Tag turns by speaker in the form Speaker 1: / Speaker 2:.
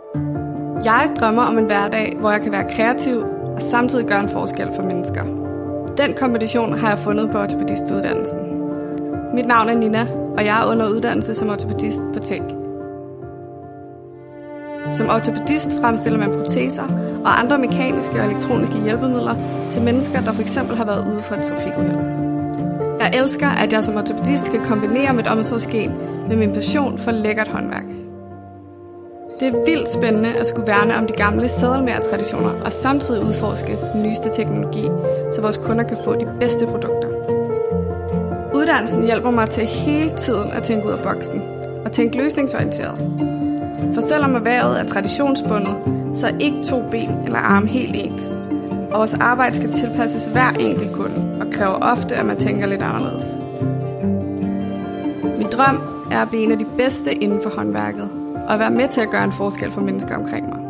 Speaker 1: Jeg drømmer om en hverdag, hvor jeg kan være kreativ og samtidig gøre en forskel for mennesker. Den kombination har jeg fundet på ortopedistuddannelsen. Mit navn er Nina, og jeg er under uddannelse som ortopedist på TEC. Som ortopedist fremstiller man proteser og andre mekaniske og elektroniske hjælpemidler til mennesker, der f.eks. har været ude for et trafikuheld. Jeg elsker, at jeg som ortopedist kan kombinere mit omsorgsgen med min passion for lækkert håndværk. Det er vildt spændende at skulle værne om de gamle sadelmagertraditioner og samtidig udforske den nyeste teknologi, så vores kunder kan få de bedste produkter. Uddannelsen hjælper mig til hele tiden at tænke ud af boksen og tænke løsningsorienteret. For selvom erhvervet er traditionsbundet, så er ikke 2 ben eller arme helt ens. Og vores arbejde skal tilpasses hver enkelt kunde og kræver ofte, at man tænker lidt anderledes. Min drøm er at blive en af de bedste inden for håndværket og være med til at gøre en forskel for mennesker omkring mig.